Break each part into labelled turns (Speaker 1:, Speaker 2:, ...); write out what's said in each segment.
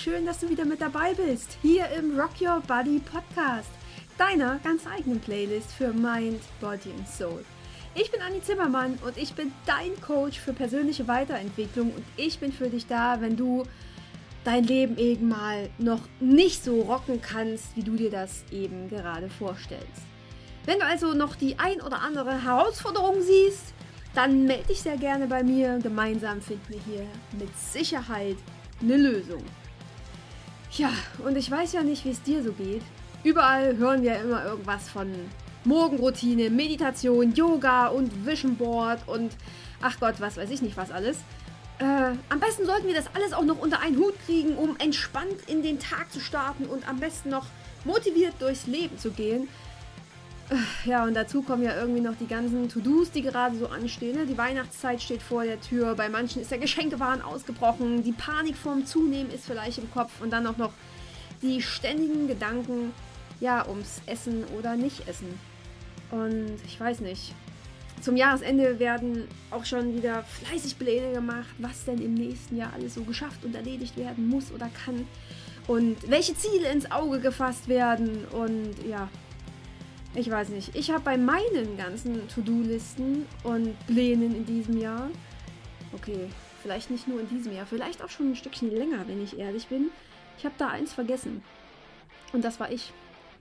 Speaker 1: schön, dass du wieder mit dabei bist, hier im Rock Your Body Podcast, deiner ganz eigenen Playlist für Mind, Body and Soul. Ich bin Anni Zimmermann und ich bin dein Coach für persönliche Weiterentwicklung und ich bin für dich da, wenn du dein Leben eben mal noch nicht so rocken kannst, wie du dir das eben gerade vorstellst. Wenn du also noch die ein oder andere Herausforderung siehst, dann melde dich sehr gerne bei mir. Gemeinsam finden wir hier mit Sicherheit eine Lösung. Ja, und ich weiß ja nicht, wie es dir so geht. Überall hören wir immer irgendwas von Morgenroutine, Meditation, Yoga und Vision Board und ach Gott, was weiß ich nicht was alles. Am besten sollten wir das alles auch noch unter einen Hut kriegen, um entspannt in den Tag zu starten und am besten noch motiviert durchs Leben zu gehen. Ja, und dazu kommen ja irgendwie noch die ganzen To-Dos, die gerade so anstehen. Ne? Die Weihnachtszeit steht vor der Tür, bei manchen ist der Geschenkewahn ausgebrochen, die Panik vorm Zunehmen ist vielleicht im Kopf und dann auch noch die ständigen Gedanken, ja, ums Essen oder Nicht-Essen. Und ich weiß nicht, zum Jahresende werden auch schon wieder fleißig Pläne gemacht, was denn im nächsten Jahr alles so geschafft und erledigt werden muss oder kann und welche Ziele ins Auge gefasst werden und ja, ich weiß nicht. Ich habe bei meinen ganzen To-Do-Listen und Plänen in diesem Jahr, okay, vielleicht nicht nur in diesem Jahr, vielleicht auch schon ein Stückchen länger, wenn ich ehrlich bin, ich habe da eins vergessen und das war ich.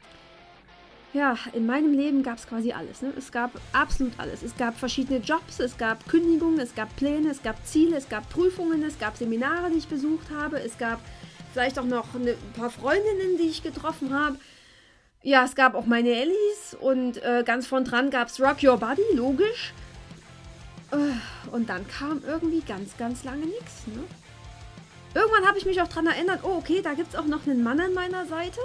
Speaker 1: Ja, in meinem Leben gab es quasi alles. Ne? Es gab absolut alles. Es gab verschiedene Jobs, es gab Kündigungen, es gab Pläne, es gab Ziele, es gab Prüfungen, es gab Seminare, die ich besucht habe. Es gab vielleicht auch noch ein paar Freundinnen, die ich getroffen habe. Ja, es gab auch meine Ellis und ganz von dran gab es Rock Your Body, logisch. Und dann kam irgendwie ganz, ganz lange nichts. Ne? Irgendwann habe ich mich auch daran erinnert, oh okay, da gibt es auch noch einen Mann an meiner Seite.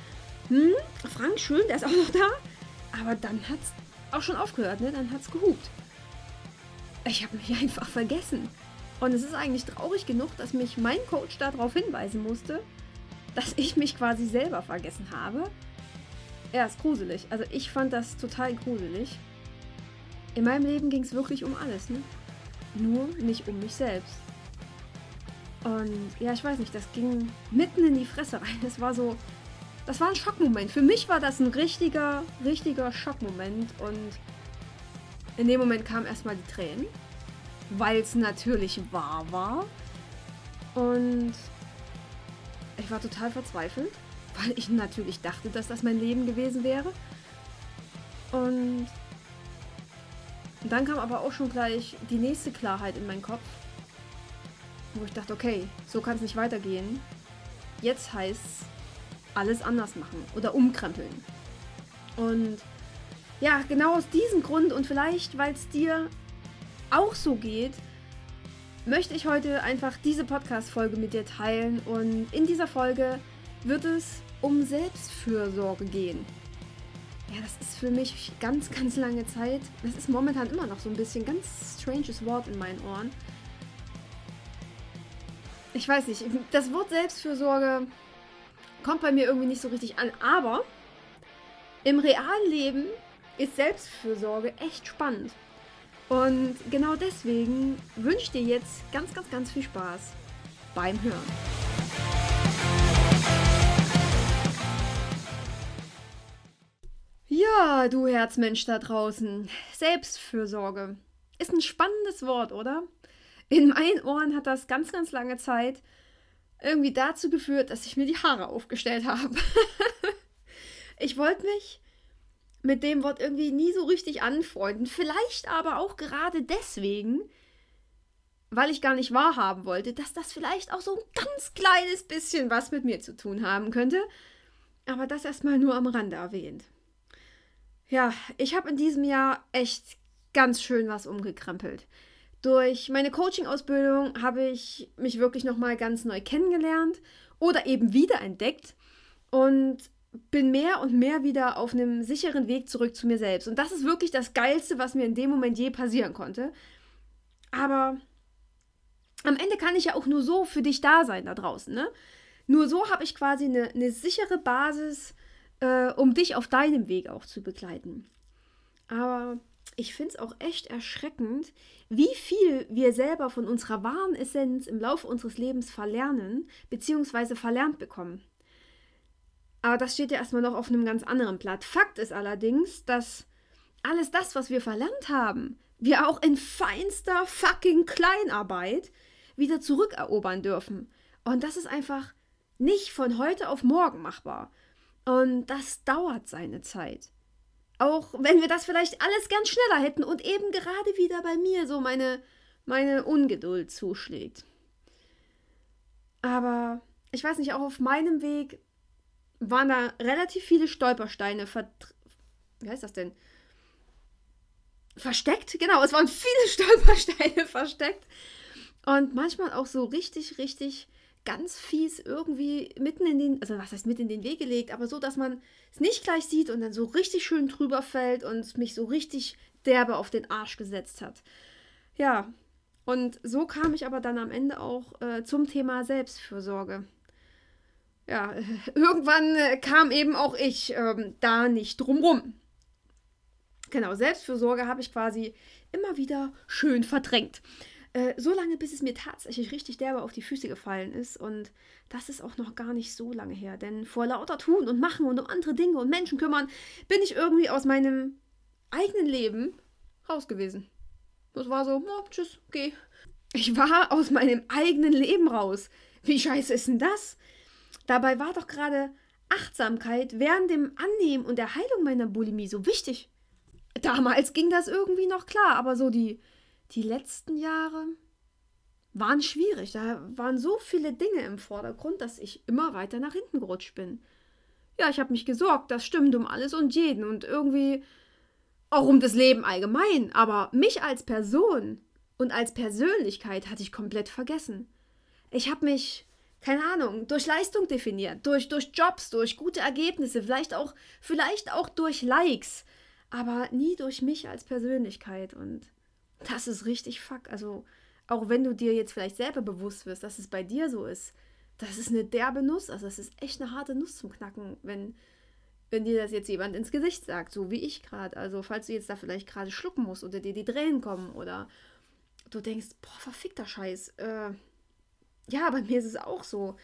Speaker 1: Frank, schön, der ist auch noch da. Aber dann hat es auch schon aufgehört, ne? Dann hat es gehupt. Ich habe mich einfach vergessen. Und es ist eigentlich traurig genug, dass mich mein Coach darauf hinweisen musste, dass ich mich quasi selber vergessen habe. Ja, ist gruselig. Also ich fand das total gruselig. In meinem Leben ging es wirklich um alles, ne? Nur nicht um mich selbst. Und ja, ich weiß nicht, das ging mitten in die Fresse rein. Das war ein Schockmoment. Für mich war das ein richtiger Schockmoment. Und in dem Moment kamen erstmal die Tränen, weil es natürlich wahr war. Und ich war total verzweifelt, weil ich natürlich dachte, dass das mein Leben gewesen wäre. Und dann kam aber auch schon gleich die nächste Klarheit in meinen Kopf, wo ich dachte, okay, so kann es nicht weitergehen. Jetzt heißt es, alles anders machen oder umkrempeln. Und ja, genau aus diesem Grund und vielleicht, weil es dir auch so geht, möchte ich heute einfach diese Podcast-Folge mit dir teilen. Und in dieser Folge wird es um Selbstfürsorge gehen. Ja, das ist für mich ganz, ganz lange Zeit. Das ist momentan immer noch so ein bisschen ganz stranges Wort in meinen Ohren. Ich weiß nicht, das Wort Selbstfürsorge kommt bei mir irgendwie nicht so richtig an, aber im realen Leben ist Selbstfürsorge echt spannend. Und genau deswegen wünsche ich dir jetzt ganz, ganz, ganz viel Spaß beim Hören. Ja, du Herzmensch da draußen, Selbstfürsorge ist ein spannendes Wort, oder? In meinen Ohren hat das ganz, ganz lange Zeit irgendwie dazu geführt, dass ich mir die Haare aufgestellt habe. Ich wollte mich mit dem Wort irgendwie nie so richtig anfreunden. Vielleicht aber auch gerade deswegen, weil ich gar nicht wahrhaben wollte, dass das vielleicht auch so ein ganz kleines bisschen was mit mir zu tun haben könnte. Aber das erstmal nur am Rande erwähnt. Ja, ich habe in diesem Jahr echt ganz schön was umgekrempelt. Durch meine Coaching-Ausbildung habe ich mich wirklich nochmal ganz neu kennengelernt oder eben wiederentdeckt und bin mehr und mehr wieder auf einem sicheren Weg zurück zu mir selbst. Und das ist wirklich das Geilste, was mir in dem Moment je passieren konnte. Aber am Ende kann ich ja auch nur so für dich da sein da draußen, ne? Nur so habe ich quasi eine sichere Basis, um dich auf deinem Weg auch zu begleiten. Aber ich finde es auch echt erschreckend, wie viel wir selber von unserer wahren Essenz im Laufe unseres Lebens verlernen, beziehungsweise verlernt bekommen. Aber das steht ja erstmal noch auf einem ganz anderen Blatt. Fakt ist allerdings, dass alles das, was wir verlernt haben, wir auch in feinster fucking Kleinarbeit wieder zurückerobern dürfen. Und das ist einfach nicht von heute auf morgen machbar. Und das dauert seine Zeit. Auch wenn wir das vielleicht alles ganz schneller hätten und eben gerade wieder bei mir so meine Ungeduld zuschlägt. Aber ich weiß nicht, auch auf meinem Weg waren da relativ viele Stolpersteine wie heißt das denn? Versteckt? Genau, es waren viele Stolpersteine versteckt. Und manchmal auch so richtig, richtig ganz fies irgendwie mitten in den, also was heißt mitten in den Weg gelegt, aber so, dass man es nicht gleich sieht und dann so richtig schön drüber fällt und mich so richtig derbe auf den Arsch gesetzt hat. Ja, und so kam ich aber dann am Ende auch zum Thema Selbstfürsorge. Ja, irgendwann kam eben auch ich da nicht drum rum. Genau, Selbstfürsorge habe ich quasi immer wieder schön verdrängt. So lange, bis es mir tatsächlich richtig derbe auf die Füße gefallen ist. Und das ist auch noch gar nicht so lange her. Denn vor lauter Tun und Machen und um andere Dinge und Menschen kümmern, bin ich irgendwie aus meinem eigenen Leben raus gewesen. Das war so, oh, tschüss, geh. Ich war aus meinem eigenen Leben raus. Wie scheiße ist denn das? Dabei war doch gerade Achtsamkeit während dem Annehmen und der Heilung meiner Bulimie so wichtig. Damals ging das irgendwie noch klar, aber so die letzten Jahre waren schwierig. Da waren so viele Dinge im Vordergrund, dass ich immer weiter nach hinten gerutscht bin. Ja, ich habe mich gesorgt, das stimmt, um alles und jeden und irgendwie auch um das Leben allgemein. Aber mich als Person und als Persönlichkeit hatte ich komplett vergessen. Ich habe mich, keine Ahnung, durch Leistung definiert, durch Jobs, durch gute Ergebnisse, vielleicht auch durch Likes, aber nie durch mich als Persönlichkeit. Und das ist richtig fuck. Also, auch wenn du dir jetzt vielleicht selber bewusst wirst, dass es bei dir so ist, das ist eine derbe Nuss. Also, das ist echt eine harte Nuss zum Knacken, wenn dir das jetzt jemand ins Gesicht sagt, so wie ich gerade. Also, falls du jetzt da vielleicht gerade schlucken musst oder dir die Tränen kommen oder du denkst, boah, verfickter Scheiß. Ja, bei mir ist es auch so.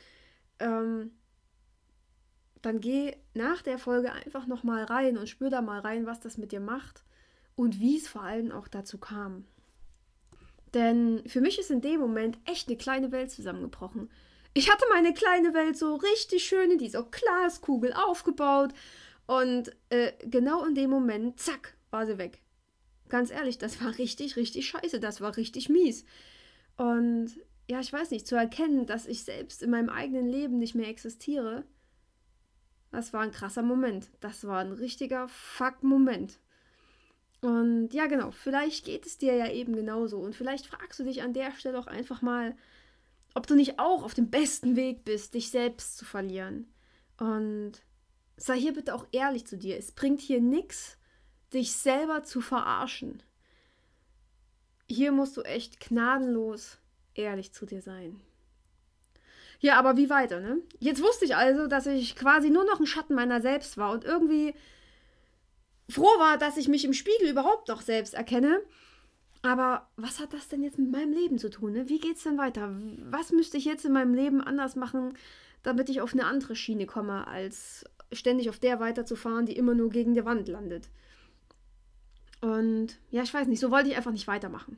Speaker 1: Dann geh nach der Folge einfach nochmal rein und spür da mal rein, was das mit dir macht und wie es vor allem auch dazu kam. Denn für mich ist in dem Moment echt eine kleine Welt zusammengebrochen. Ich hatte meine kleine Welt so richtig schön in dieser Glaskugel aufgebaut und genau in dem Moment, zack, war sie weg. Ganz ehrlich, das war richtig, richtig scheiße, das war richtig mies. Und ja, ich weiß nicht, zu erkennen, dass ich selbst in meinem eigenen Leben nicht mehr existiere, das war ein krasser Moment. Das war ein richtiger Fuck-Moment. Und ja, genau, vielleicht geht es dir ja eben genauso. Und vielleicht fragst du dich an der Stelle auch einfach mal, ob du nicht auch auf dem besten Weg bist, dich selbst zu verlieren. Und sei hier bitte auch ehrlich zu dir. Es bringt hier nichts, dich selber zu verarschen. Hier musst du echt gnadenlos ehrlich zu dir sein. Ja, aber wie weiter, ne? Jetzt wusste ich also, dass ich quasi nur noch ein Schatten meiner selbst war und irgendwie froh war, dass ich mich im Spiegel überhaupt noch selbst erkenne. Aber was hat das denn jetzt mit meinem Leben zu tun, ne? Wie geht's denn weiter? Was müsste ich jetzt in meinem Leben anders machen, damit ich auf eine andere Schiene komme, als ständig auf der weiterzufahren, die immer nur gegen die Wand landet? Und ja, ich weiß nicht, so wollte ich einfach nicht weitermachen.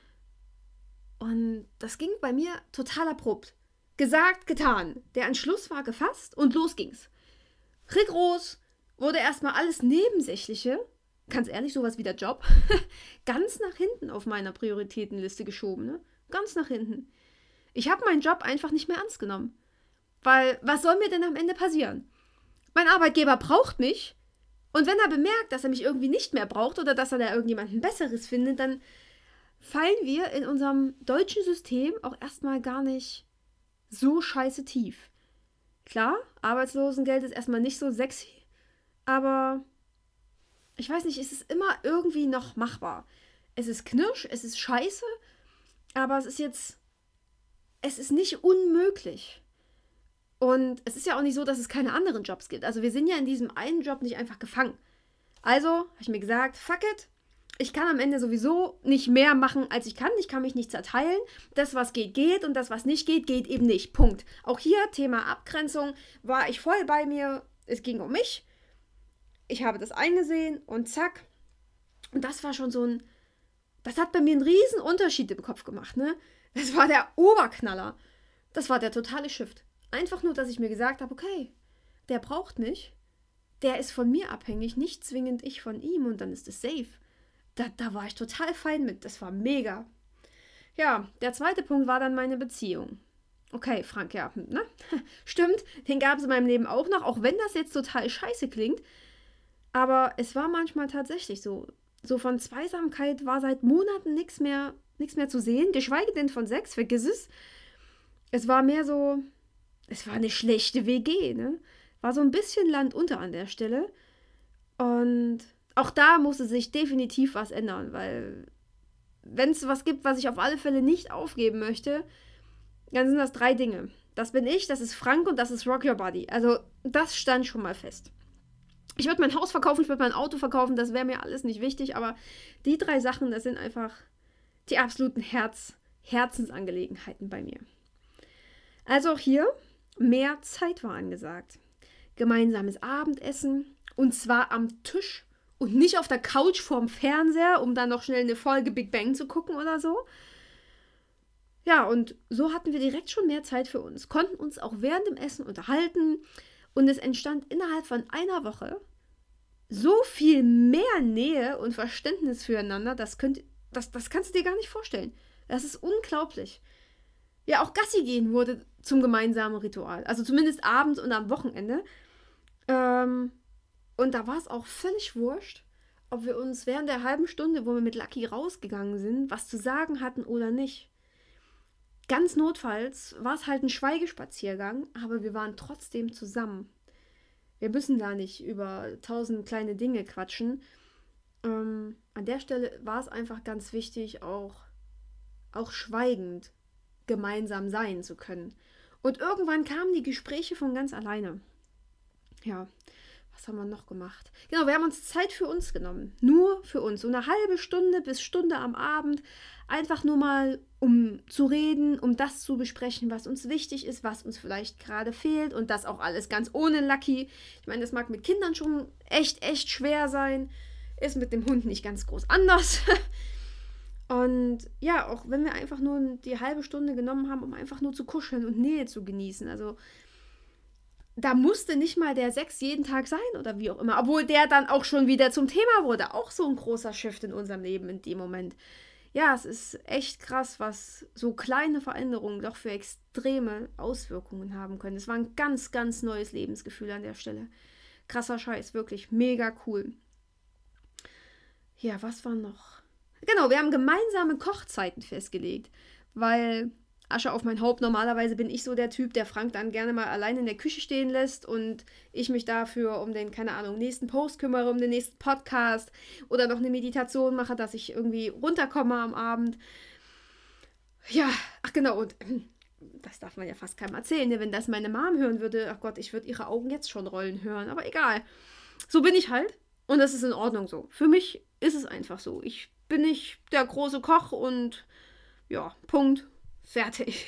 Speaker 1: Und das ging bei mir total abrupt. Gesagt, getan. Der Entschluss war gefasst und los ging's. Rigoros wurde erstmal alles Nebensächliche, ganz ehrlich, sowas wie der Job, ganz nach hinten auf meiner Prioritätenliste geschoben, ne? Ganz nach hinten. Ich habe meinen Job einfach nicht mehr ernst genommen. Weil, was soll mir denn am Ende passieren? Mein Arbeitgeber braucht mich und wenn er bemerkt, dass er mich irgendwie nicht mehr braucht oder dass er da irgendjemanden Besseres findet, dann fallen wir in unserem deutschen System auch erstmal gar nicht so scheiße tief. Klar, Arbeitslosengeld ist erstmal nicht so sexy, aber ich weiß nicht, es ist immer irgendwie noch machbar. Es ist knirsch, es ist scheiße, aber es ist nicht unmöglich. Und es ist ja auch nicht so, dass es keine anderen Jobs gibt. Also wir sind ja in diesem einen Job nicht einfach gefangen. Also habe ich mir gesagt, fuck it, ich kann am Ende sowieso nicht mehr machen, als ich kann. Ich kann mich nicht zerteilen. Das, was geht, geht. Und das, was nicht geht, geht eben nicht. Punkt. Auch hier, Thema Abgrenzung, war ich voll bei mir. Es ging um mich. Ich habe das eingesehen und zack. Und das war schon so ein... Das hat bei mir einen riesen Unterschied im Kopf gemacht, ne? Das war der Oberknaller. Das war der totale Shift. Einfach nur, dass ich mir gesagt habe, okay, der braucht mich. Der ist von mir abhängig, nicht zwingend ich von ihm. Und dann ist es safe. Da war ich total fein mit. Das war mega. Ja, der zweite Punkt war dann meine Beziehung. Okay, Frank, ja, ne? Stimmt, den gab es in meinem Leben auch noch, auch wenn das jetzt total scheiße klingt. Aber es war manchmal tatsächlich so. So von Zweisamkeit war seit Monaten nichts mehr zu sehen, geschweige denn von Sex, vergiss es. Es war mehr so, es war eine schlechte WG, ne? War so ein bisschen Land unter an der Stelle. Und auch da musste sich definitiv was ändern, weil wenn es was gibt, was ich auf alle Fälle nicht aufgeben möchte, dann sind das 3 Dinge. Das bin ich, das ist Frank und das ist Rock Your Body. Also das stand schon mal fest. Ich würde mein Haus verkaufen, ich würde mein Auto verkaufen, das wäre mir alles nicht wichtig, aber die 3 Sachen, das sind einfach die absoluten Herzensangelegenheiten bei mir. Also auch hier, mehr Zeit war angesagt. Gemeinsames Abendessen und zwar am Tisch und nicht auf der Couch vorm Fernseher, um dann noch schnell eine Folge Big Bang zu gucken oder so. Ja, und so hatten wir direkt schon mehr Zeit für uns, konnten uns auch während dem Essen unterhalten und es entstand innerhalb von einer Woche so viel mehr Nähe und Verständnis füreinander, das kannst du dir gar nicht vorstellen. Das ist unglaublich. Ja, auch Gassi gehen wurde zum gemeinsamen Ritual. Also zumindest abends und am Wochenende. Und da war es auch völlig wurscht, ob wir uns während der halben Stunde, wo wir mit Lucky rausgegangen sind, was zu sagen hatten oder nicht. Ganz notfalls war es halt ein Schweigespaziergang, aber wir waren trotzdem zusammen. Wir müssen da nicht über 1000 kleine Dinge quatschen. An der Stelle war es einfach ganz wichtig, auch schweigend gemeinsam sein zu können. Und irgendwann kamen die Gespräche von ganz alleine. Ja, was haben wir noch gemacht? Genau, wir haben uns Zeit für uns genommen. Nur für uns. So eine halbe Stunde bis Stunde am Abend. Einfach nur mal, um zu reden, um das zu besprechen, was uns wichtig ist, was uns vielleicht gerade fehlt. Und das auch alles ganz ohne Lucky. Ich meine, das mag mit Kindern schon echt schwer sein. Ist mit dem Hund nicht ganz groß anders. Und ja, auch wenn wir einfach nur die halbe Stunde genommen haben, um einfach nur zu kuscheln und Nähe zu genießen. Also da musste nicht mal der Sex jeden Tag sein oder wie auch immer. Obwohl der dann auch schon wieder zum Thema wurde. Auch so ein großer Shift in unserem Leben in dem Moment. Ja, es ist echt krass, was so kleine Veränderungen doch für extreme Auswirkungen haben können. Es war ein ganz neues Lebensgefühl an der Stelle. Krasser Scheiß, wirklich mega cool. Ja, was war noch? Genau, wir haben gemeinsame Kochzeiten festgelegt, weil Asche auf mein Haupt, normalerweise bin ich so der Typ, der Frank dann gerne mal allein in der Küche stehen lässt und ich mich dafür um den, keine Ahnung, nächsten Post kümmere, um den nächsten Podcast oder noch eine Meditation mache, dass ich irgendwie runterkomme am Abend. Ja, ach genau, und das darf man ja fast keinem erzählen, ne? Wenn das meine Mom hören würde, ach Gott, ich würde ihre Augen jetzt schon rollen hören, aber egal. So bin ich halt und das ist in Ordnung so. Für mich ist es einfach so. Ich bin nicht der große Koch und ja, Punkt. Fertig.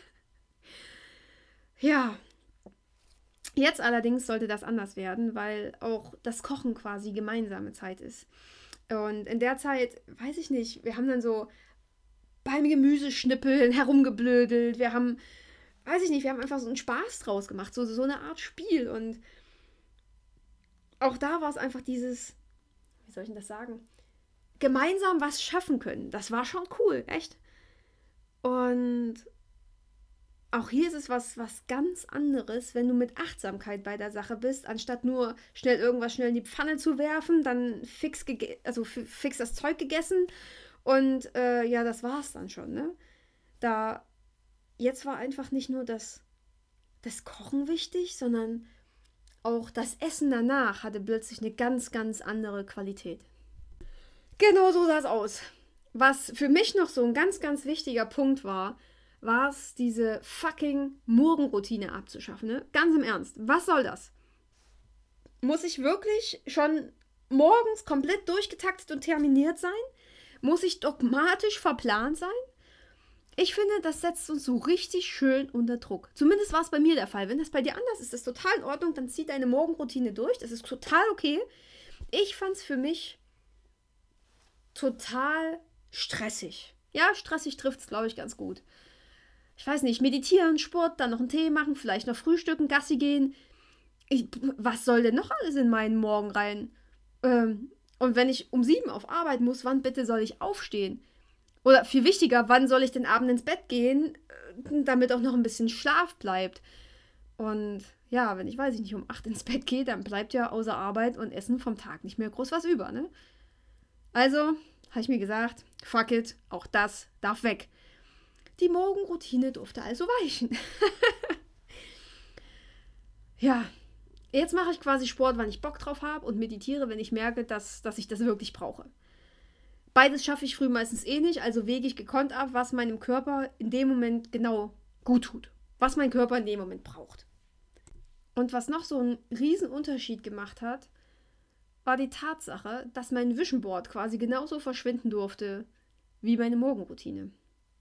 Speaker 1: Ja. Jetzt allerdings sollte das anders werden, weil auch das Kochen quasi gemeinsame Zeit ist. Und in der Zeit, weiß ich nicht, wir haben dann so beim Gemüseschnippeln herumgeblödelt. Wir haben, weiß ich nicht, wir haben einfach so einen Spaß draus gemacht. So eine Art Spiel. Und auch da war es einfach dieses, wie soll ich denn das sagen? Gemeinsam was schaffen können. Das war schon cool, echt. Und auch hier ist es was ganz anderes, wenn du mit Achtsamkeit bei der Sache bist, anstatt nur irgendwas schnell in die Pfanne zu werfen, dann fix das Zeug gegessen und ja, das war's dann schon, ne? Jetzt war einfach nicht nur das Kochen wichtig, sondern auch das Essen danach hatte plötzlich eine ganz andere Qualität. Genau so sah es aus. Was für mich noch so ein ganz wichtiger Punkt war es, diese fucking Morgenroutine abzuschaffen. Ne? Ganz im Ernst. Was soll das? Muss ich wirklich schon morgens komplett durchgetaktet und terminiert sein? Muss ich dogmatisch verplant sein? Ich finde, das setzt uns so richtig schön unter Druck. Zumindest war es bei mir der Fall. Wenn das bei dir anders ist, ist das total in Ordnung. Dann zieh deine Morgenroutine durch. Das ist total okay. Ich fand es für mich total stressig. Ja, stressig trifft es, glaube ich, ganz gut. Ich weiß nicht, meditieren, Sport, dann noch einen Tee machen, vielleicht noch frühstücken, Gassi gehen. Was soll denn noch alles in meinen Morgen rein? Und wenn ich um 7 auf Arbeit muss, wann bitte soll ich aufstehen? Oder viel wichtiger, wann soll ich denn abends ins Bett gehen, damit auch noch ein bisschen Schlaf bleibt? Und ja, wenn ich, weiß ich nicht, um 8 ins Bett gehe, dann bleibt ja außer Arbeit und Essen vom Tag nicht mehr groß was über, ne? Also habe ich mir gesagt, fuck it, auch das darf weg. Die Morgenroutine durfte also weichen. Ja, jetzt mache ich quasi Sport, wann ich Bock drauf habe und meditiere, wenn ich merke, dass ich das wirklich brauche. Beides schaffe ich früh meistens eh nicht, also wege ich gekonnt ab, was meinem Körper in dem Moment genau gut tut. Was mein Körper in dem Moment braucht. Und was noch so einen riesen Unterschied gemacht hat, war die Tatsache, dass mein Vision Board quasi genauso verschwinden durfte wie meine Morgenroutine.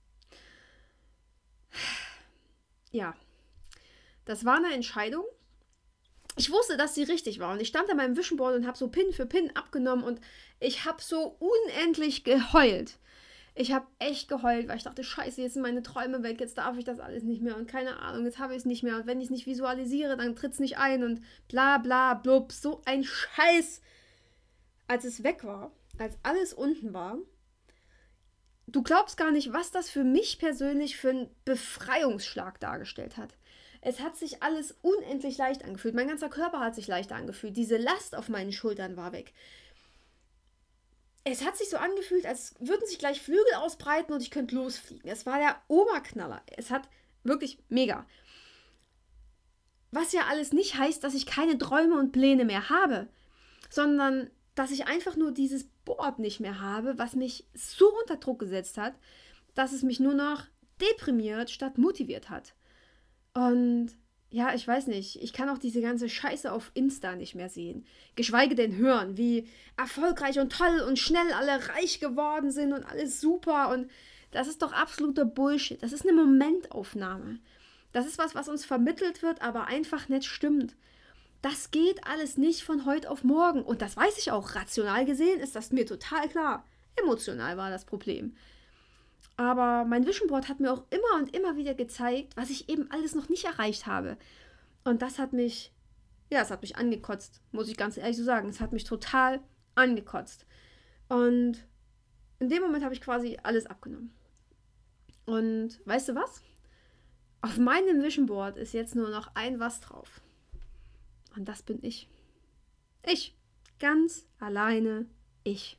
Speaker 1: Ja, das war eine Entscheidung. Ich wusste, dass sie richtig war und ich stand an meinem Vision Board und habe so Pin für Pin abgenommen und ich habe so unendlich geheult. Ich habe echt geheult, weil ich dachte, scheiße, jetzt sind meine Träume weg, jetzt darf ich das alles nicht mehr und keine Ahnung, jetzt habe ich es nicht mehr und wenn ich es nicht visualisiere, dann tritt es nicht ein und bla bla blub, so ein Scheiß. Als es weg war, als alles unten war, du glaubst gar nicht, was das für mich persönlich für einen Befreiungsschlag dargestellt hat. Es hat sich alles unendlich leicht angefühlt. Mein ganzer Körper hat sich leichter angefühlt. Diese Last auf meinen Schultern war weg. Es hat sich so angefühlt, als würden sich gleich Flügel ausbreiten und ich könnte losfliegen. Es war der Oberknaller. Es hat wirklich mega. Was ja alles nicht heißt, dass ich keine Träume und Pläne mehr habe, sondern dass ich einfach nur dieses Board nicht mehr habe, was mich so unter Druck gesetzt hat, dass es mich nur noch deprimiert statt motiviert hat. Und ja, ich weiß nicht, ich kann auch diese ganze Scheiße auf Insta nicht mehr sehen. Geschweige denn hören, wie erfolgreich und toll und schnell alle reich geworden sind und alles super. Und das ist doch absoluter Bullshit. Das ist eine Momentaufnahme. Das ist was uns vermittelt wird, aber einfach nicht stimmt. Das geht alles nicht von heute auf morgen. Und das weiß ich auch. Rational gesehen ist das mir total klar. Emotional war das Problem. Aber mein Vision Board hat mir auch immer und immer wieder gezeigt, was ich eben alles noch nicht erreicht habe. Und das hat mich, ja, es hat mich angekotzt, muss ich ganz ehrlich so sagen. Es hat mich total angekotzt. Und in dem Moment habe ich quasi alles abgenommen. Und weißt du was? Auf meinem Vision Board ist jetzt nur noch ein was drauf. Und das bin ich. Ich. Ganz alleine ich.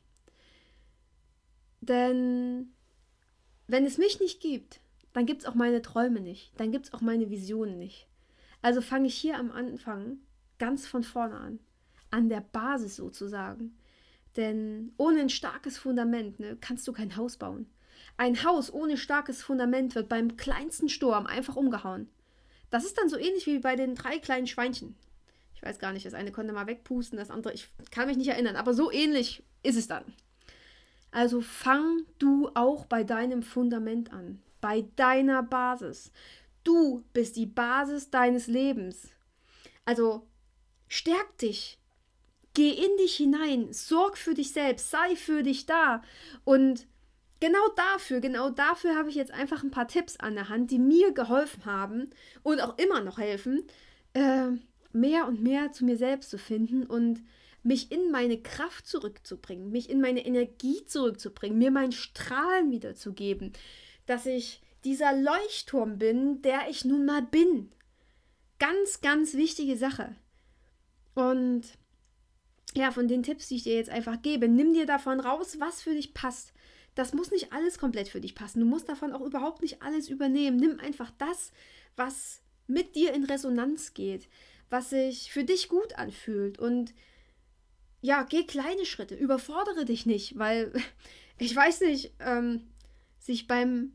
Speaker 1: Denn wenn es mich nicht gibt, dann gibt es auch meine Träume nicht. Dann gibt es auch meine Visionen nicht. Also fange ich hier am Anfang ganz von vorne an. An der Basis sozusagen. Denn ohne ein starkes Fundament, ne, kannst du kein Haus bauen. Ein Haus ohne starkes Fundament wird beim kleinsten Sturm einfach umgehauen. Das ist dann so ähnlich wie bei den 3 kleinen Schweinchen. Ich weiß gar nicht, das eine konnte mal wegpusten, das andere, ich kann mich nicht erinnern, aber so ähnlich ist es dann. Also fang du auch bei deinem Fundament an, bei deiner Basis. Du bist die Basis deines Lebens. Also stärk dich, geh in dich hinein, sorg für dich selbst, sei für dich da. Und genau dafür habe ich jetzt einfach ein paar Tipps an der Hand, die mir geholfen haben und auch immer noch helfen, mehr und mehr zu mir selbst zu finden und mich in meine Kraft zurückzubringen, mich in meine Energie zurückzubringen, mir mein Strahlen wiederzugeben, dass ich dieser Leuchtturm bin, der ich nun mal bin. Ganz, ganz wichtige Sache. Und ja, von den Tipps, die ich dir jetzt einfach gebe, nimm dir davon raus, was für dich passt. Das muss nicht alles komplett für dich passen. Du musst davon auch überhaupt nicht alles übernehmen. Nimm einfach das, was mit dir in Resonanz geht, was sich für dich gut anfühlt und ja, geh kleine Schritte, überfordere dich nicht, weil ich weiß nicht, sich beim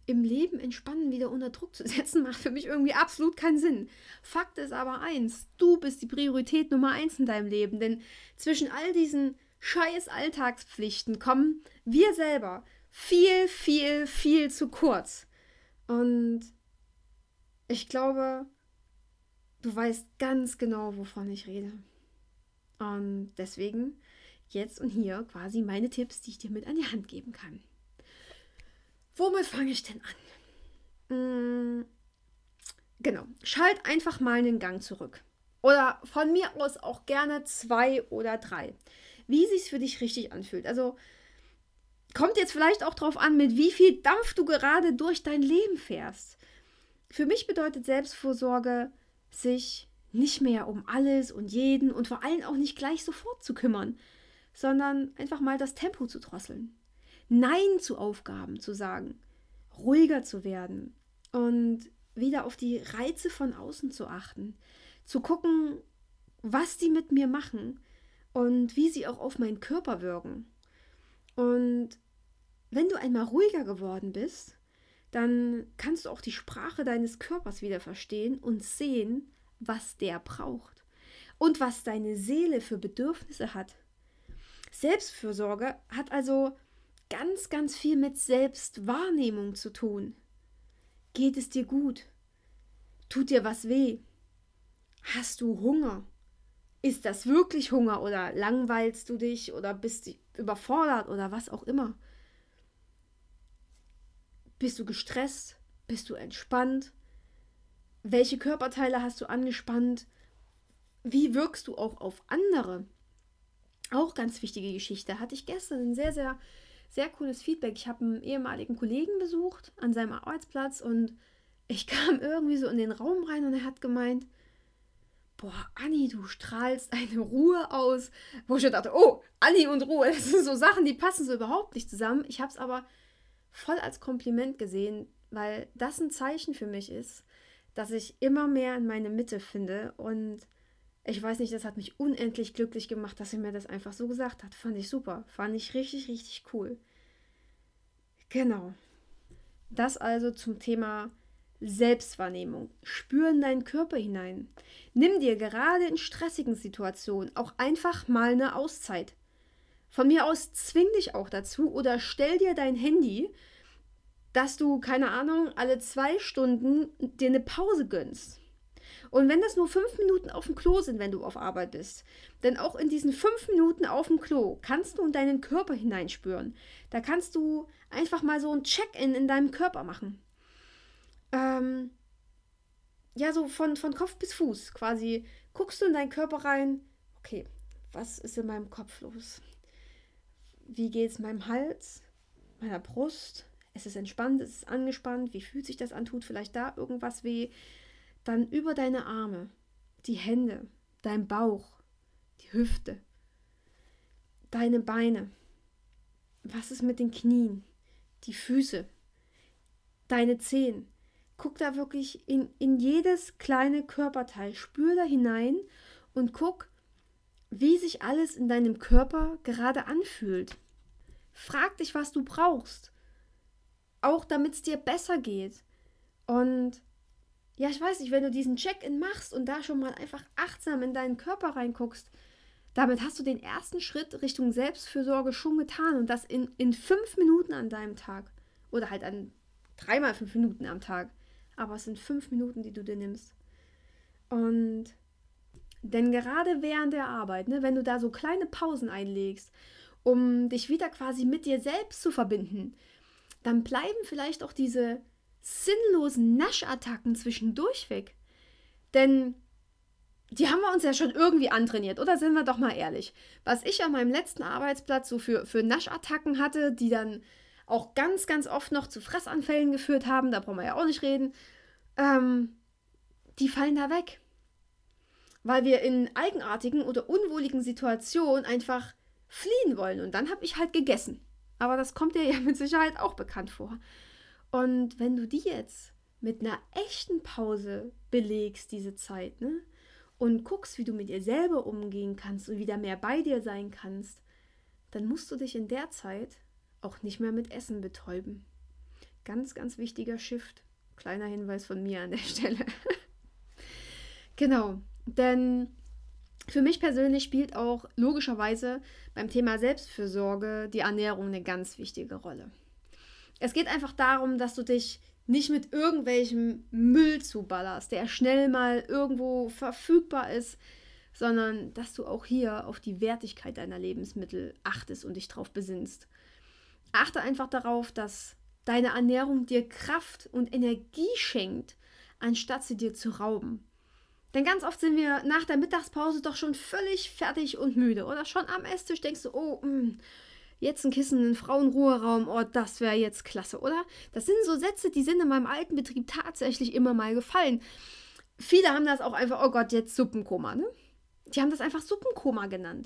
Speaker 1: im Leben entspannen wieder unter Druck zu setzen, macht für mich irgendwie absolut keinen Sinn. Fakt ist aber eins, du bist die Priorität Nummer 1 in deinem Leben, denn zwischen all diesen scheiß Alltagspflichten kommen wir selber viel, viel, viel zu kurz. Und ich glaube, du weißt ganz genau, wovon ich rede. Und deswegen jetzt und hier quasi meine Tipps, die ich dir mit an die Hand geben kann. Womit fange ich denn an? Genau, schalt einfach mal einen Gang zurück. Oder von mir aus auch gerne 2 oder 3. Wie sich's für dich richtig anfühlt. Also kommt jetzt vielleicht auch drauf an, mit wie viel Dampf du gerade durch dein Leben fährst. Für mich bedeutet Selbstfürsorge, sich nicht mehr um alles und jeden und vor allem auch nicht gleich sofort zu kümmern, sondern einfach mal das Tempo zu drosseln. Nein zu Aufgaben zu sagen, ruhiger zu werden und wieder auf die Reize von außen zu achten, zu gucken, was die mit mir machen und wie sie auch auf meinen Körper wirken. Und wenn du einmal ruhiger geworden bist, dann kannst du auch die Sprache deines Körpers wieder verstehen und sehen, was der braucht und was deine Seele für Bedürfnisse hat. Selbstfürsorge hat also ganz, ganz viel mit Selbstwahrnehmung zu tun. Geht es dir gut? Tut dir was weh? Hast du Hunger? Ist das wirklich Hunger oder langweilst du dich oder bist du überfordert oder was auch immer? Bist du gestresst? Bist du entspannt? Welche Körperteile hast du angespannt? Wie wirkst du auch auf andere? Auch ganz wichtige Geschichte. Hatte ich gestern ein sehr, sehr, sehr cooles Feedback. Ich habe einen ehemaligen Kollegen besucht an seinem Arbeitsplatz und ich kam irgendwie so in den Raum rein und er hat gemeint, boah, Anni, du strahlst eine Ruhe aus. Wo ich schon dachte, oh, Anni und Ruhe, das sind so Sachen, die passen so überhaupt nicht zusammen. Ich habe es aber voll als Kompliment gesehen, weil das ein Zeichen für mich ist, dass ich immer mehr in meine Mitte finde und ich weiß nicht, das hat mich unendlich glücklich gemacht, dass er mir das einfach so gesagt hat. Fand ich super. Fand ich richtig, richtig cool. Genau. Das also zum Thema Selbstwahrnehmung. Spür in deinen Körper hinein. Nimm dir gerade in stressigen Situationen auch einfach mal eine Auszeit. Von mir aus zwing dich auch dazu oder stell dir dein Handy, dass du, keine Ahnung, alle 2 Stunden dir eine Pause gönnst. Und wenn das nur 5 Minuten auf dem Klo sind, wenn du auf Arbeit bist, denn auch in diesen 5 Minuten auf dem Klo kannst du in deinen Körper hineinspüren. Da kannst du einfach mal so ein Check-in in deinem Körper machen. Ja, so von Kopf bis Fuß quasi. Guckst du in deinen Körper rein, okay, was ist in meinem Kopf los? Wie geht es meinem Hals, meiner Brust? Ist es entspannt, ist es angespannt? Wie fühlt sich das an? Tut vielleicht da irgendwas weh? Dann über deine Arme, die Hände, dein Bauch, die Hüfte, deine Beine. Was ist mit den Knien, die Füße, deine Zehen? Guck da wirklich in jedes kleine Körperteil, spür da hinein und guck, wie sich alles in deinem Körper gerade anfühlt. Frag dich, was du brauchst, auch damit es dir besser geht. Und ja, ich weiß nicht, wenn du diesen Check-in machst und da schon mal einfach achtsam in deinen Körper reinguckst, damit hast du den ersten Schritt Richtung Selbstfürsorge schon getan und das in 5 Minuten an deinem Tag. Oder halt an 3 mal 5 Minuten am Tag. Aber es sind 5 Minuten, die du dir nimmst. Und denn gerade während der Arbeit, ne, wenn du da so kleine Pausen einlegst, um dich wieder quasi mit dir selbst zu verbinden, dann bleiben vielleicht auch diese sinnlosen Naschattacken zwischendurch weg. Denn die haben wir uns ja schon irgendwie antrainiert, oder sind wir doch mal ehrlich. Was ich an meinem letzten Arbeitsplatz so für Naschattacken hatte, die dann auch ganz, ganz oft noch zu Fressanfällen geführt haben, da brauchen wir ja auch nicht reden, die fallen da weg. Weil wir in eigenartigen oder unwohligen Situationen einfach fliehen wollen. Und dann habe ich halt gegessen. Aber das kommt dir ja mit Sicherheit auch bekannt vor. Und wenn du die jetzt mit einer echten Pause belegst, diese Zeit, ne? Und guckst, wie du mit dir selber umgehen kannst und wieder mehr bei dir sein kannst, dann musst du dich in der Zeit auch nicht mehr mit Essen betäuben. Ganz, ganz wichtiger Shift. Kleiner Hinweis von mir an der Stelle. Genau, denn für mich persönlich spielt auch logischerweise beim Thema Selbstfürsorge die Ernährung eine ganz wichtige Rolle. Es geht einfach darum, dass du dich nicht mit irgendwelchem Müll zuballerst, der schnell mal irgendwo verfügbar ist, sondern dass du auch hier auf die Wertigkeit deiner Lebensmittel achtest und dich drauf besinnst. Achte einfach darauf, dass deine Ernährung dir Kraft und Energie schenkt, anstatt sie dir zu rauben. Denn ganz oft sind wir nach der Mittagspause doch schon völlig fertig und müde. Oder schon am Esstisch denkst du, oh, jetzt ein Kissen, ein Frauenruheraum, oh, das wäre jetzt klasse, oder? Das sind so Sätze, die sind in meinem alten Betrieb tatsächlich immer mal gefallen. Viele haben das auch einfach, oh Gott, jetzt Suppenkoma, ne? Die haben das einfach Suppenkoma genannt.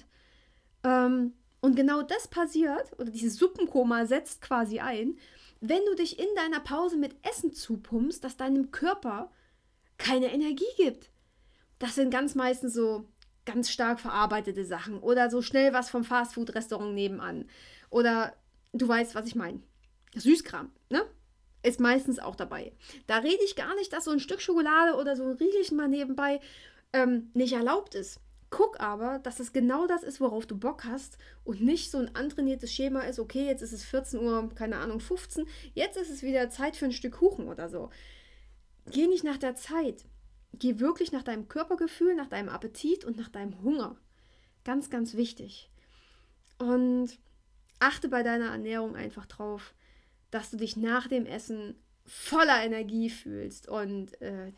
Speaker 1: Und genau das passiert, oder dieses Suppenkoma setzt quasi ein, wenn du dich in deiner Pause mit Essen zupumpst, das deinem Körper keine Energie gibt. Das sind ganz meistens so ganz stark verarbeitete Sachen oder so schnell was vom Fastfood-Restaurant nebenan. Oder du weißt, was ich meine. Süßkram, ne? Ist meistens auch dabei. Da rede ich gar nicht, dass so ein Stück Schokolade oder so ein Riegelchen mal nebenbei nicht erlaubt ist. Guck aber, dass es genau das ist, worauf du Bock hast und nicht so ein antrainiertes Schema ist, okay, jetzt ist es 14 Uhr, keine Ahnung, 15, jetzt ist es wieder Zeit für ein Stück Kuchen oder so. Geh nicht nach der Zeit. Geh wirklich nach deinem Körpergefühl, nach deinem Appetit und nach deinem Hunger. Ganz, ganz wichtig. Und achte bei deiner Ernährung einfach drauf, dass du dich nach dem Essen voller Energie fühlst und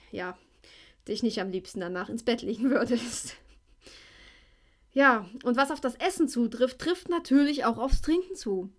Speaker 1: dich nicht am liebsten danach ins Bett legen würdest. Ja, und was auf das Essen zutrifft, trifft natürlich auch aufs Trinken zu.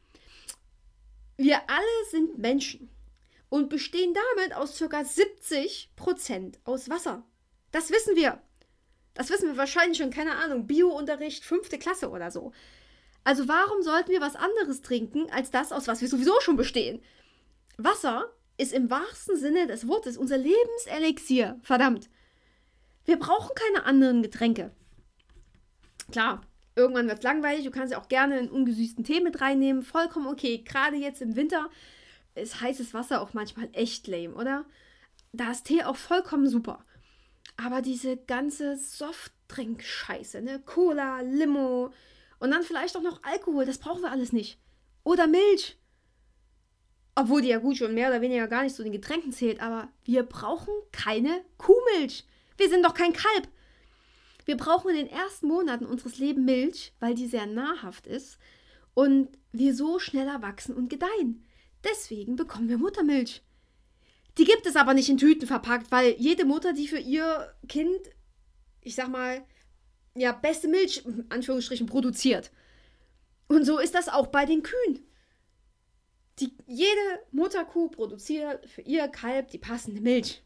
Speaker 1: Wir alle sind Menschen und bestehen damit aus ca. 70% aus Wasser. Das wissen wir. Das wissen wir wahrscheinlich schon, keine Ahnung, Bio-Unterricht, 5. Klasse oder so. Also warum sollten wir was anderes trinken, als das, aus was wir sowieso schon bestehen? Wasser ist im wahrsten Sinne des Wortes unser Lebenselixier. Verdammt. Wir brauchen keine anderen Getränke. Klar, irgendwann wird es langweilig. Du kannst ja auch gerne einen ungesüßten Tee mit reinnehmen. Vollkommen okay. Gerade jetzt im Winter ist heißes Wasser auch manchmal echt lame, oder? Da ist Tee auch vollkommen super. Aber diese ganze Softdrink-Scheiße, ne? Cola, Limo und dann vielleicht auch noch Alkohol, das brauchen wir alles nicht. Oder Milch. Obwohl die ja gut schon mehr oder weniger gar nicht zu den Getränken zählt, aber wir brauchen keine Kuhmilch. Wir sind doch kein Kalb. Wir brauchen in den ersten Monaten unseres Lebens Milch, weil die sehr nahrhaft ist und wir so schneller wachsen und gedeihen. Deswegen bekommen wir Muttermilch. Die gibt es aber nicht in Tüten verpackt, weil jede Mutter, die für ihr Kind, ich sag mal, ja, beste Milch, in Anführungsstrichen, produziert. Und so ist das auch bei den Kühen. Jede Mutterkuh produziert für ihr Kalb die passende Milch.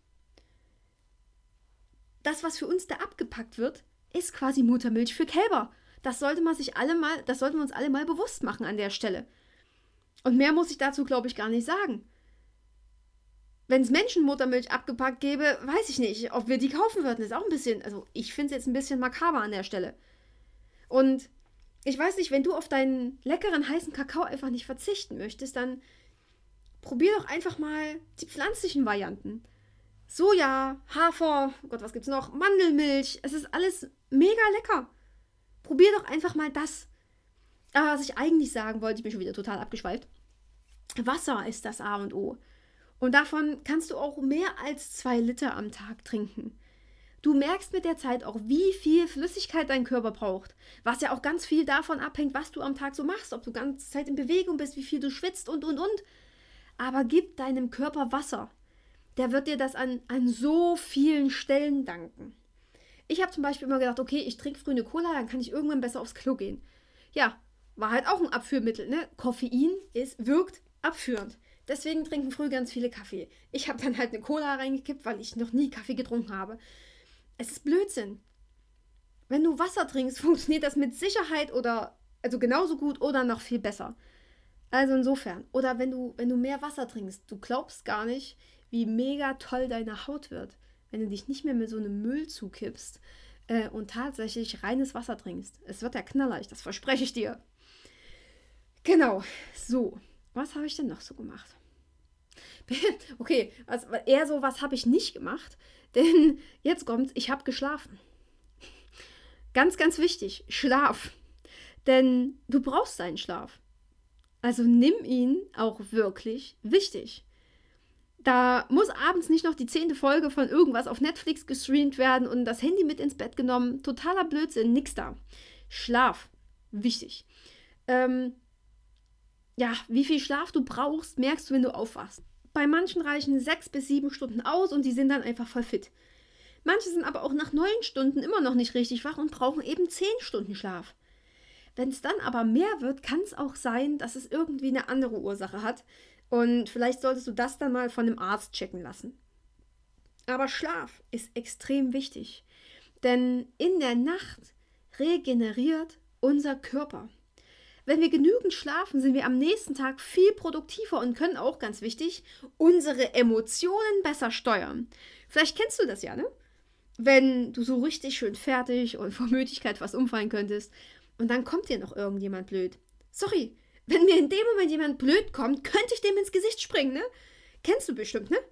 Speaker 1: Das, was für uns da abgepackt wird, ist quasi Muttermilch für Kälber. Das sollten wir uns alle mal bewusst machen an der Stelle. Und mehr muss ich dazu, glaube ich, gar nicht sagen. Wenn es Menschenmuttermilch abgepackt gäbe, weiß ich nicht, ob wir die kaufen würden. Das ist auch ein bisschen, also ich finde es jetzt ein bisschen makaber an der Stelle. Und ich weiß nicht, wenn du auf deinen leckeren, heißen Kakao einfach nicht verzichten möchtest, dann probier doch einfach mal die pflanzlichen Varianten. Soja, Hafer, oh Gott, was gibt's noch? Mandelmilch, es ist alles mega lecker. Probier doch einfach mal das. Aber was ich eigentlich sagen wollte, ich bin schon wieder total abgeschweift. Wasser ist das A und O. Und davon kannst du auch mehr als 2 Liter am Tag trinken. Du merkst mit der Zeit auch, wie viel Flüssigkeit dein Körper braucht. Was ja auch ganz viel davon abhängt, was du am Tag so machst. Ob du die ganze Zeit in Bewegung bist, wie viel du schwitzt und. Aber gib deinem Körper Wasser. Der wird dir das an so vielen Stellen danken. Ich habe zum Beispiel immer gedacht, okay, ich trinke früh eine Cola, dann kann ich irgendwann besser aufs Klo gehen. Ja, war halt auch ein Abführmittel, ne? Koffein wirkt abführend. Deswegen trinken früh ganz viele Kaffee. Ich habe dann halt eine Cola reingekippt, weil ich noch nie Kaffee getrunken habe. Es ist Blödsinn. Wenn du Wasser trinkst, funktioniert das mit Sicherheit also genauso gut oder noch viel besser. Also insofern. Oder wenn du mehr Wasser trinkst, du glaubst gar nicht, wie mega toll deine Haut wird, wenn du dich nicht mehr mit so einem Müll zukippst und tatsächlich reines Wasser trinkst. Es wird der Knaller, das verspreche ich dir. Genau, so. Was habe ich denn noch so gemacht? Okay, also eher so, was habe ich nicht gemacht? Denn jetzt kommt's, ich habe geschlafen. Ganz, ganz wichtig, Schlaf. Denn du brauchst deinen Schlaf. Also nimm ihn auch wirklich wichtig. Da muss abends nicht noch die 10. Folge von irgendwas auf Netflix gestreamt werden und das Handy mit ins Bett genommen. Totaler Blödsinn, nix da. Schlaf, wichtig. Wie viel Schlaf du brauchst, merkst du, wenn du aufwachst. Bei manchen reichen 6 bis 7 Stunden aus und die sind dann einfach voll fit. Manche sind aber auch nach 9 Stunden immer noch nicht richtig wach und brauchen eben 10 Stunden Schlaf. Wenn es dann aber mehr wird, kann es auch sein, dass es irgendwie eine andere Ursache hat. Und vielleicht solltest du das dann mal von einem Arzt checken lassen. Aber Schlaf ist extrem wichtig. Denn in der Nacht regeneriert unser Körper. Wenn wir genügend schlafen, sind wir am nächsten Tag viel produktiver und können auch, ganz wichtig, unsere Emotionen besser steuern. Vielleicht kennst du das ja, ne? Wenn du so richtig schön fertig und vor Müdigkeit fast umfallen könntest und dann kommt dir noch irgendjemand blöd. Sorry, wenn mir in dem Moment jemand blöd kommt, könnte ich dem ins Gesicht springen, ne? Kennst du bestimmt, ne?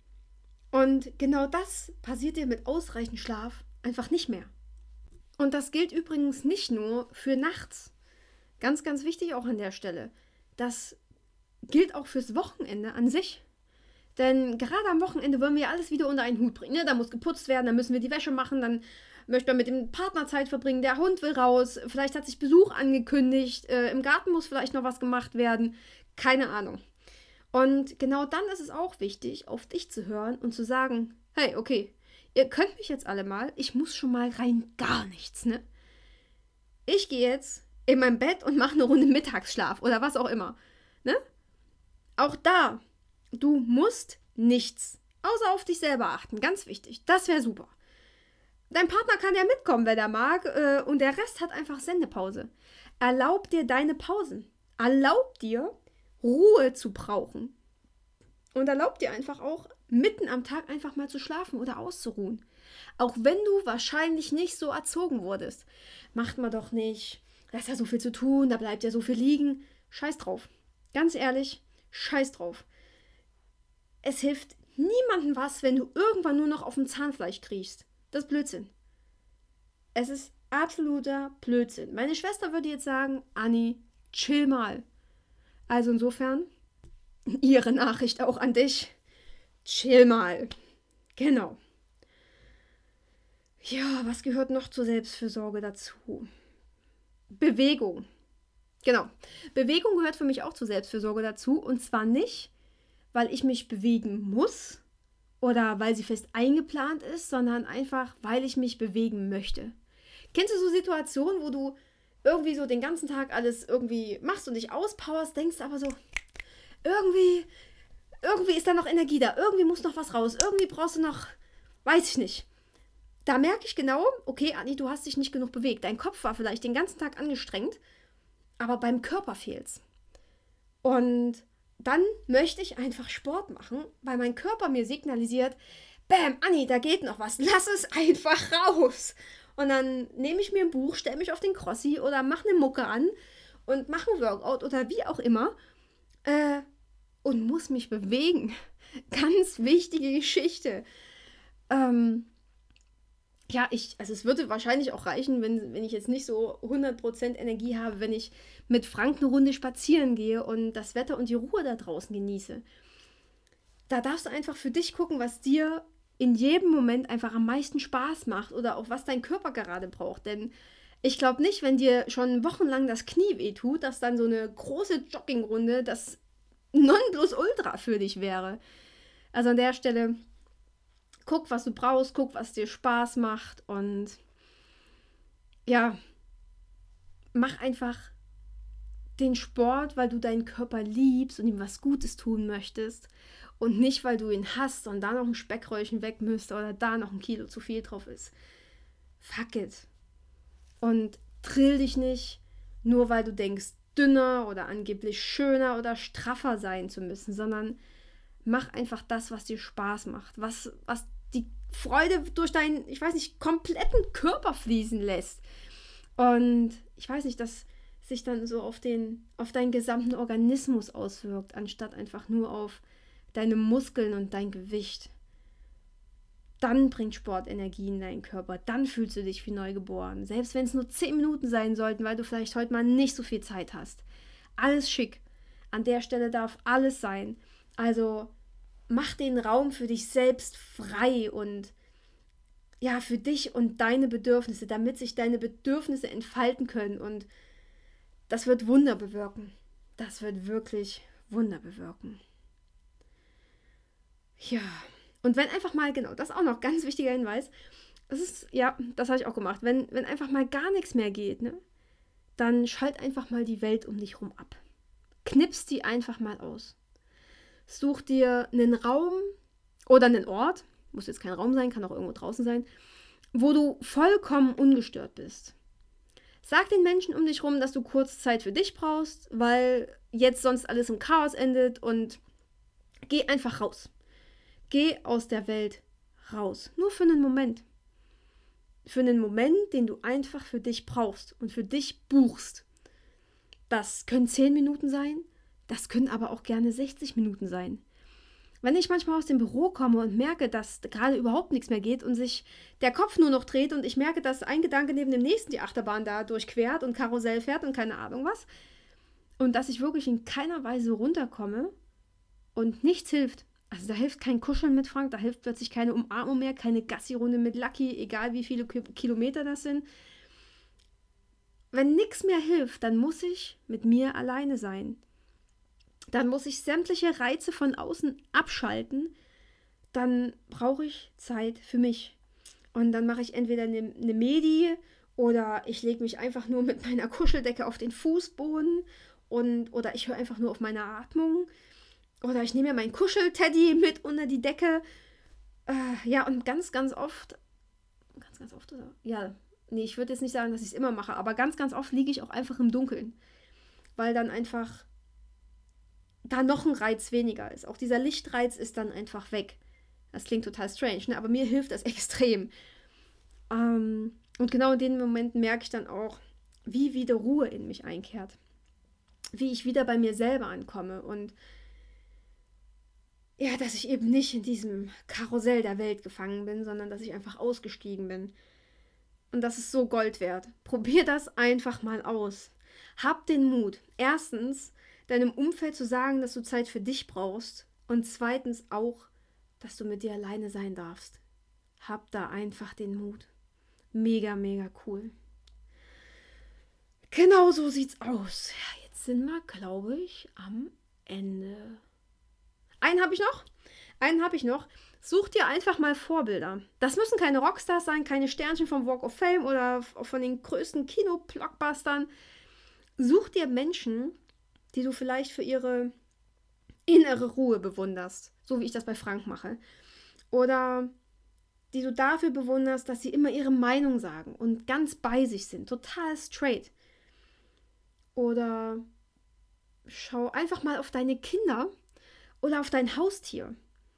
Speaker 1: Und genau das passiert dir mit ausreichend Schlaf einfach nicht mehr. Und das gilt übrigens nicht nur für nachts. Ganz, ganz wichtig auch an der Stelle. Das gilt auch fürs Wochenende an sich. Denn gerade am Wochenende wollen wir alles wieder unter einen Hut bringen. Ne? Da muss geputzt werden, dann müssen wir die Wäsche machen, dann möchte man mit dem Partner Zeit verbringen, der Hund will raus, vielleicht hat sich Besuch angekündigt, im Garten muss vielleicht noch was gemacht werden. Keine Ahnung. Und genau dann ist es auch wichtig, auf dich zu hören und zu sagen, hey, okay, ihr könnt mich jetzt alle mal, ich muss schon mal rein gar nichts, ne? Ich gehe jetzt in mein Bett und mache eine Runde Mittagsschlaf oder was auch immer. Ne? Auch da, du musst nichts, außer auf dich selber achten. Ganz wichtig. Das wäre super. Dein Partner kann ja mitkommen, wenn er mag, und der Rest hat einfach Sendepause. Erlaub dir deine Pausen. Erlaub dir, Ruhe zu brauchen. Und erlaub dir einfach auch, mitten am Tag einfach mal zu schlafen oder auszuruhen. Auch wenn du wahrscheinlich nicht so erzogen wurdest. Macht man doch nicht. Da ist ja so viel zu tun, da bleibt ja so viel liegen. Scheiß drauf. Ganz ehrlich, scheiß drauf. Es hilft niemandem was, wenn du irgendwann nur noch auf dem Zahnfleisch kriechst. Das ist Blödsinn. Es ist absoluter Blödsinn. Meine Schwester würde jetzt sagen, Anni, chill mal. Also insofern, ihre Nachricht auch an dich. Chill mal. Genau. Ja, was gehört noch zur Selbstfürsorge dazu? Bewegung. Genau. Bewegung gehört für mich auch zur Selbstfürsorge dazu. Und zwar nicht, weil ich mich bewegen muss oder weil sie fest eingeplant ist, sondern einfach, weil ich mich bewegen möchte. Kennst du so Situationen, wo du irgendwie so den ganzen Tag alles irgendwie machst und dich auspowerst, denkst aber so, irgendwie ist da noch Energie da, irgendwie muss noch was raus, irgendwie brauchst du noch, weiß ich nicht. Da merke ich genau, okay, Anni, du hast dich nicht genug bewegt. Dein Kopf war vielleicht den ganzen Tag angestrengt, aber beim Körper fehlt's. Und dann möchte ich einfach Sport machen, weil mein Körper mir signalisiert, bam, Anni, da geht noch was, lass es einfach raus. Und dann nehme ich mir ein Buch, stelle mich auf den Crossi oder mache eine Mucke an und mache ein Workout oder wie auch immer und muss mich bewegen. Ganz wichtige Geschichte. Also es würde wahrscheinlich auch reichen, wenn ich jetzt nicht so 100% Energie habe, wenn ich mit Frank eine Runde spazieren gehe und das Wetter und die Ruhe da draußen genieße. Da darfst du einfach für dich gucken, was dir in jedem Moment einfach am meisten Spaß macht oder auch was dein Körper gerade braucht. Denn ich glaube nicht, wenn dir schon wochenlang das Knie wehtut, dass dann so eine große Joggingrunde das Nonplusultra für dich wäre. Also an der Stelle, guck, was du brauchst, guck, was dir Spaß macht und ja, mach einfach den Sport, weil du deinen Körper liebst und ihm was Gutes tun möchtest und nicht, weil du ihn hasst und da noch ein Speckröllchen weg müsste oder da noch ein Kilo zu viel drauf ist. Fuck it. Und drill dich nicht, nur weil du denkst, dünner oder angeblich schöner oder straffer sein zu müssen, sondern mach einfach das, was dir Spaß macht, was die Freude durch deinen, kompletten Körper fließen lässt. Und ich weiß nicht, dass sich dann so auf deinen gesamten Organismus auswirkt, anstatt einfach nur auf deine Muskeln und dein Gewicht. Dann bringt Sport Energie in deinen Körper. Dann fühlst du dich wie neugeboren. Selbst wenn es nur 10 Minuten sein sollten, weil du vielleicht heute mal nicht so viel Zeit hast. Alles schick. An der Stelle darf alles sein. Also mach den Raum für dich selbst frei und ja, für dich und deine Bedürfnisse, damit sich deine Bedürfnisse entfalten können. Und das wird Wunder bewirken. Das wird wirklich Wunder bewirken. Ja, und wenn einfach mal, genau, das ist auch noch ganz wichtiger Hinweis, das habe ich auch gemacht, wenn einfach mal gar nichts mehr geht, ne, dann schalt einfach mal die Welt um dich rum ab. Knips die einfach mal aus. Such dir einen Raum oder einen Ort, muss jetzt kein Raum sein, kann auch irgendwo draußen sein, wo du vollkommen ungestört bist. Sag den Menschen um dich rum, dass du kurz Zeit für dich brauchst, weil jetzt sonst alles im Chaos endet und geh einfach raus. Geh aus der Welt raus. Nur für einen Moment. Für einen Moment, den du einfach für dich brauchst und für dich buchst. Das können 10 Minuten sein, das können aber auch gerne 60 Minuten sein. Wenn ich manchmal aus dem Büro komme und merke, dass gerade überhaupt nichts mehr geht und sich der Kopf nur noch dreht und ich merke, dass ein Gedanke neben dem nächsten die Achterbahn da durchquert und Karussell fährt und keine Ahnung was und dass ich wirklich in keiner Weise runterkomme und nichts hilft. Also da hilft kein Kuscheln mit Frank, da hilft plötzlich keine Umarmung mehr, keine Gassi-Runde mit Lucky, egal wie viele Kilometer das sind. Wenn nichts mehr hilft, dann muss ich mit mir alleine sein. Dann muss ich sämtliche Reize von außen abschalten. Dann brauche ich Zeit für mich. Und dann mache ich entweder eine Medi oder ich lege mich einfach nur mit meiner Kuscheldecke auf den Fußboden oder ich höre einfach nur auf meine Atmung. Oder ich nehme mir meinen Kuschelteddy mit unter die Decke. Und ganz oft, oder? Ja, nee, ich würde jetzt nicht sagen, dass ich es immer mache, aber ganz oft liege ich auch einfach im Dunkeln. Weil dann einfach da noch ein Reiz weniger ist. Auch dieser Lichtreiz ist dann einfach weg. Das klingt total strange, ne? Aber mir hilft das extrem. Und genau in den Momenten merke ich dann auch, wie wieder Ruhe in mich einkehrt. Wie ich wieder bei mir selber ankomme und ja, dass ich eben nicht in diesem Karussell der Welt gefangen bin, sondern dass ich einfach ausgestiegen bin. Und das ist so Gold wert. Probier das einfach mal aus. Hab den Mut, erstens, deinem Umfeld zu sagen, dass du Zeit für dich brauchst und zweitens auch, dass du mit dir alleine sein darfst. Hab da einfach den Mut. Mega, mega cool. Genau so sieht's aus. Ja, jetzt sind wir, glaube ich, am Ende. Einen habe ich noch. Such dir einfach mal Vorbilder. Das müssen keine Rockstars sein, keine Sternchen vom Walk of Fame oder von den größten Kino-Blockbustern. Such dir Menschen, die du vielleicht für ihre innere Ruhe bewunderst, so wie ich das bei Frank mache. Oder die du dafür bewunderst, dass sie immer ihre Meinung sagen und ganz bei sich sind, total straight. Oder schau einfach mal auf deine Kinder oder auf dein Haustier.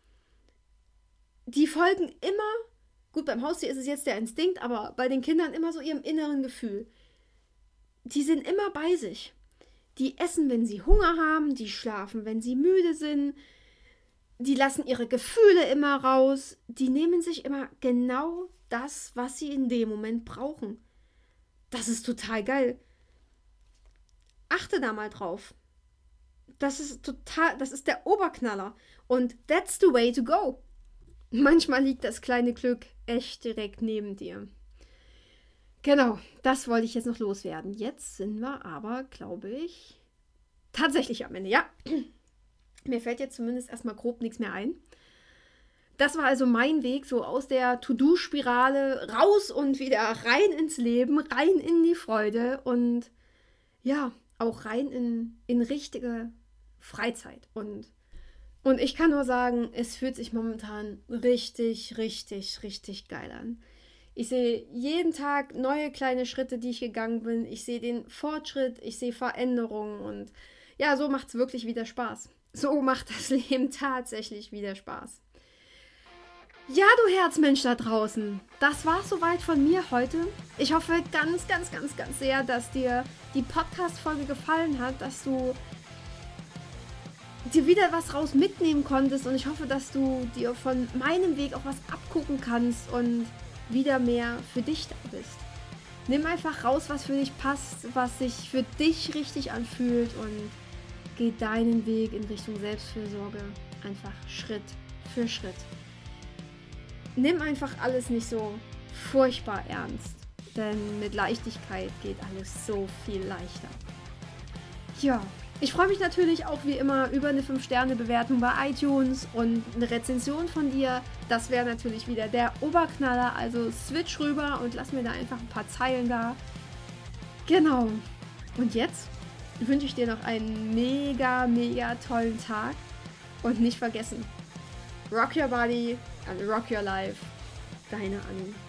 Speaker 1: Die folgen immer, gut, beim Haustier ist es jetzt der Instinkt, aber bei den Kindern immer so ihrem inneren Gefühl. Die sind immer bei sich. Die essen, wenn sie Hunger haben, die schlafen, wenn sie müde sind. Die lassen ihre Gefühle immer raus. Die nehmen sich immer genau das, was sie in dem Moment brauchen. Das ist total geil. Achte da mal drauf. Das ist der Oberknaller. Und that's the way to go. Manchmal liegt das kleine Glück echt direkt neben dir. Genau, das wollte ich jetzt noch loswerden. Jetzt sind wir aber, glaube ich, tatsächlich am Ende. Ja, mir fällt jetzt zumindest erstmal grob nichts mehr ein. Das war also mein Weg, so aus der To-Do-Spirale raus und wieder rein ins Leben, rein in die Freude und ja, auch rein in richtige Freizeit. Und ich kann nur sagen, es fühlt sich momentan richtig, richtig, richtig geil an. Ich sehe jeden Tag neue kleine Schritte, die ich gegangen bin. Ich sehe den Fortschritt, ich sehe Veränderungen und ja, so macht es wirklich wieder Spaß. So macht das Leben tatsächlich wieder Spaß. Ja, du Herzmensch da draußen, das war's soweit von mir heute. Ich hoffe ganz, ganz, ganz, ganz sehr, dass dir die Podcast-Folge gefallen hat, dass du dir wieder was raus mitnehmen konntest und ich hoffe, dass du dir von meinem Weg auch was abgucken kannst und wieder mehr für dich da bist. Nimm einfach raus, was für dich passt, was sich für dich richtig anfühlt und geh deinen Weg in Richtung Selbstfürsorge einfach Schritt für Schritt. Nimm einfach alles nicht so furchtbar ernst, denn mit Leichtigkeit geht alles so viel leichter. Ja, ich freue mich natürlich auch wie immer über eine 5-Sterne-Bewertung bei iTunes und eine Rezension von dir. Das wäre natürlich wieder der Oberknaller, also switch rüber und lass mir da einfach ein paar Zeilen da. Genau. Und jetzt wünsche ich dir noch einen mega, mega tollen Tag und nicht vergessen, rock your body and rock your life. Deine Anni.